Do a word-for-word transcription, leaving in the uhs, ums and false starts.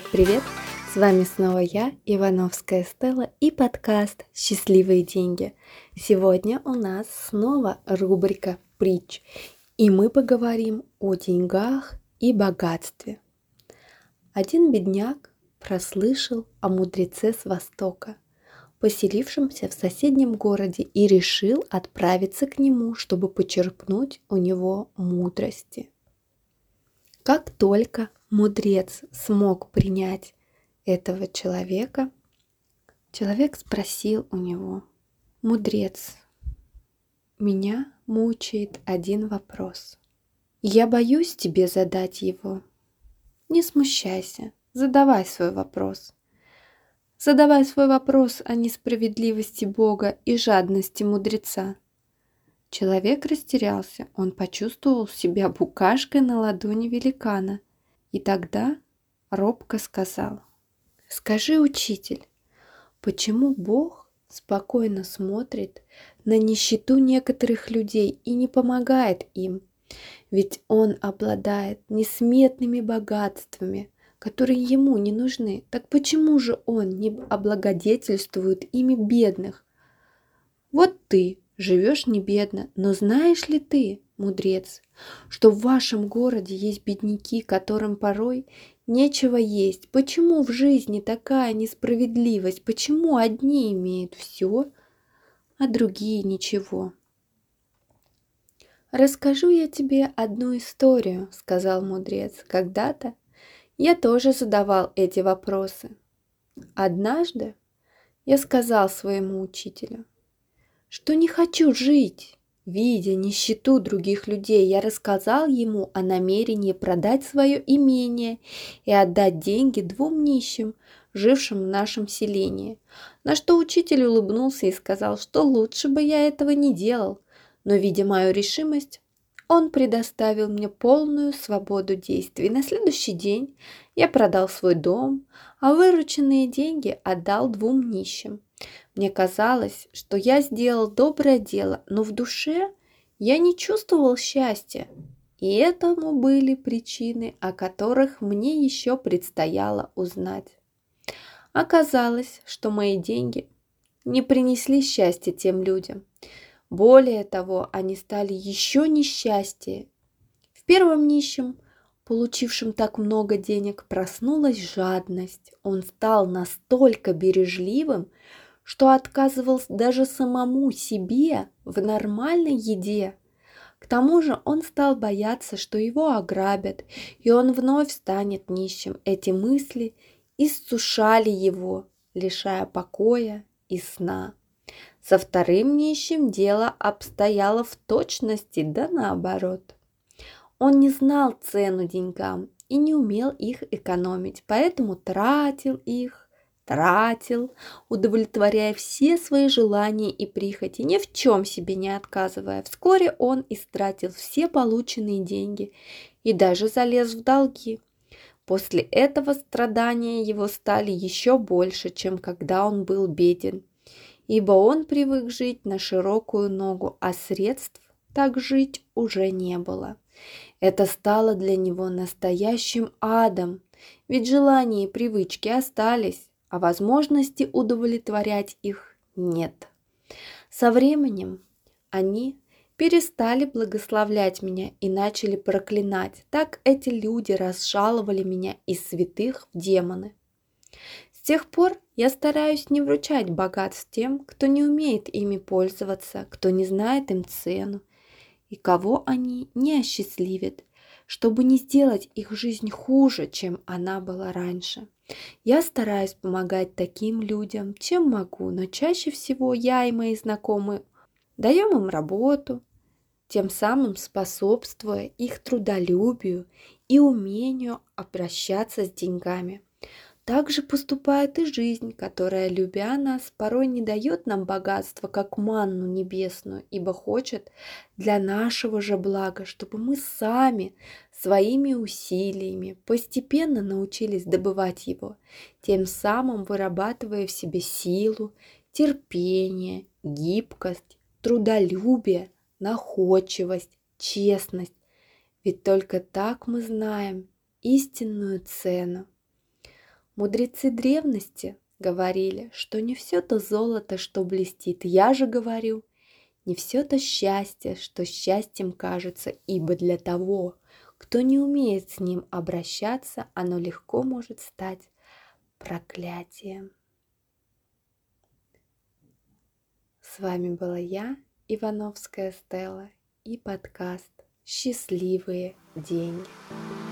Привет! С вами снова я, Ивановская Стелла, и подкаст «Счастливые деньги». Сегодня у нас снова рубрика «Притч», и мы поговорим о деньгах и богатстве. Один бедняк прослышал о мудреце с Востока, поселившемся в соседнем городе, и решил отправиться к нему, чтобы почерпнуть у него мудрости. Как только мудрец смог принять этого человека, человек спросил у него: «Мудрец, меня мучает один вопрос. Я боюсь тебе задать его. Не смущайся, задавай свой вопрос. Задавай свой вопрос о несправедливости Бога и жадности мудреца». Человек растерялся, он почувствовал себя букашкой на ладони великана, и тогда робко сказал: «Скажи, учитель, почему Бог спокойно смотрит на нищету некоторых людей и не помогает им? Ведь Он обладает несметными богатствами, которые Ему не нужны. Так почему же Он не облагодетельствует ими бедных? Вот ты живешь не бедно, но знаешь ли ты, мудрец, что в вашем городе есть бедняки, которым порой нечего есть? Почему в жизни такая несправедливость? Почему одни имеют все, а другие ничего?» «Расскажу я тебе одну историю», — сказал мудрец. «Когда-то я тоже задавал эти вопросы. Однажды я сказал своему учителю, что не хочу жить, видя нищету других людей. Я рассказал ему о намерении продать свое имение и отдать деньги двум нищим, жившим в нашем селении. На что учитель улыбнулся и сказал, что лучше бы я этого не делал, но, видя мою решимость, он предоставил мне полную свободу действий. На следующий день я продал свой дом, а вырученные деньги отдал двум нищим. Мне казалось, что я сделал доброе дело, но в душе я не чувствовал счастья, и этому были причины, о которых мне еще предстояло узнать. Оказалось, что мои деньги не принесли счастья тем людям. Более того, они стали еще несчастнее. В первом нищем, получившем так много денег, проснулась жадность. Он стал настолько бережливым, что отказывал даже самому себе в нормальной еде. К тому же он стал бояться, что его ограбят, и он вновь станет нищим. Эти мысли иссушали его, лишая покоя и сна. Со вторым нищим дело обстояло в точности, да наоборот. Он не знал цену деньгам и не умел их экономить, поэтому тратил их, тратил, удовлетворяя все свои желания и прихоти, ни в чем себе не отказывая. Вскоре он истратил все полученные деньги и даже залез в долги. После этого страдания его стали еще больше, чем когда он был беден, ибо он привык жить на широкую ногу, а средств так жить уже не было. Это стало для него настоящим адом, ведь желания и привычки остались, а возможности удовлетворять их нет. Со временем они перестали благословлять меня и начали проклинать. Так эти люди разжаловали меня из святых в демоны. С тех пор я стараюсь не вручать богатств тем, кто не умеет ими пользоваться, кто не знает им цену и кого они не осчастливят, чтобы не сделать их жизнь хуже, чем она была раньше. Я стараюсь помогать таким людям, чем могу, но чаще всего я и мои знакомые даем им работу, тем самым способствуя их трудолюбию и умению обращаться с деньгами. Так же поступает и жизнь, которая, любя нас, порой не дает нам богатства, как манну небесную, ибо хочет для нашего же блага, чтобы мы сами своими усилиями постепенно научились добывать его, тем самым вырабатывая в себе силу, терпение, гибкость, трудолюбие, находчивость, честность. Ведь только так мы знаем истинную цену. Мудрецы древности говорили, что не все то золото, что блестит. Я же говорю, не все то счастье, что счастьем кажется, ибо для того, кто не умеет с ним обращаться, оно легко может стать проклятием. С вами была я, Ивановская Стелла, и подкаст «Счастливые деньги».